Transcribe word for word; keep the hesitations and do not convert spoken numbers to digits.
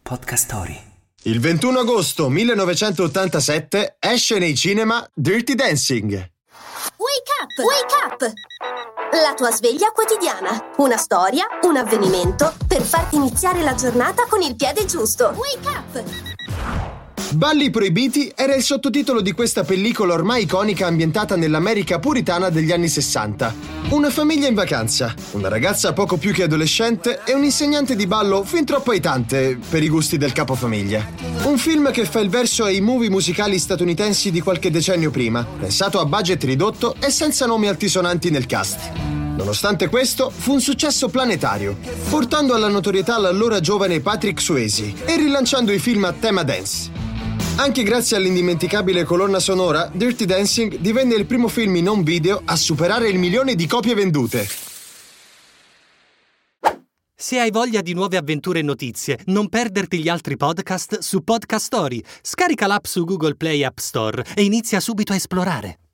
Podcast Story. Il ventuno agosto millenovecentottantasette esce nei cinema Dirty Dancing. Wake up! Wake up! La tua sveglia quotidiana. Una storia, un avvenimento per farti iniziare la giornata con il piede giusto. Wake up! Balli proibiti era il sottotitolo di questa pellicola ormai iconica ambientata nell'America puritana degli anni sessanta. Una famiglia in vacanza, una ragazza poco più che adolescente e un insegnante di ballo fin troppo aitante per i gusti del capofamiglia. Un film che fa il verso ai movie musicali statunitensi di qualche decennio prima, pensato a budget ridotto e senza nomi altisonanti nel cast. Nonostante questo, fu un successo planetario, portando alla notorietà l'allora giovane Patrick Swayze e rilanciando i film a tema dance. Anche grazie all'indimenticabile colonna sonora, Dirty Dancing divenne il primo film in home video a superare il milione di copie vendute. Se hai voglia di nuove avventure e notizie, non perderti gli altri podcast su Podcast Story. Scarica l'app su Google Play App Store e inizia subito a esplorare.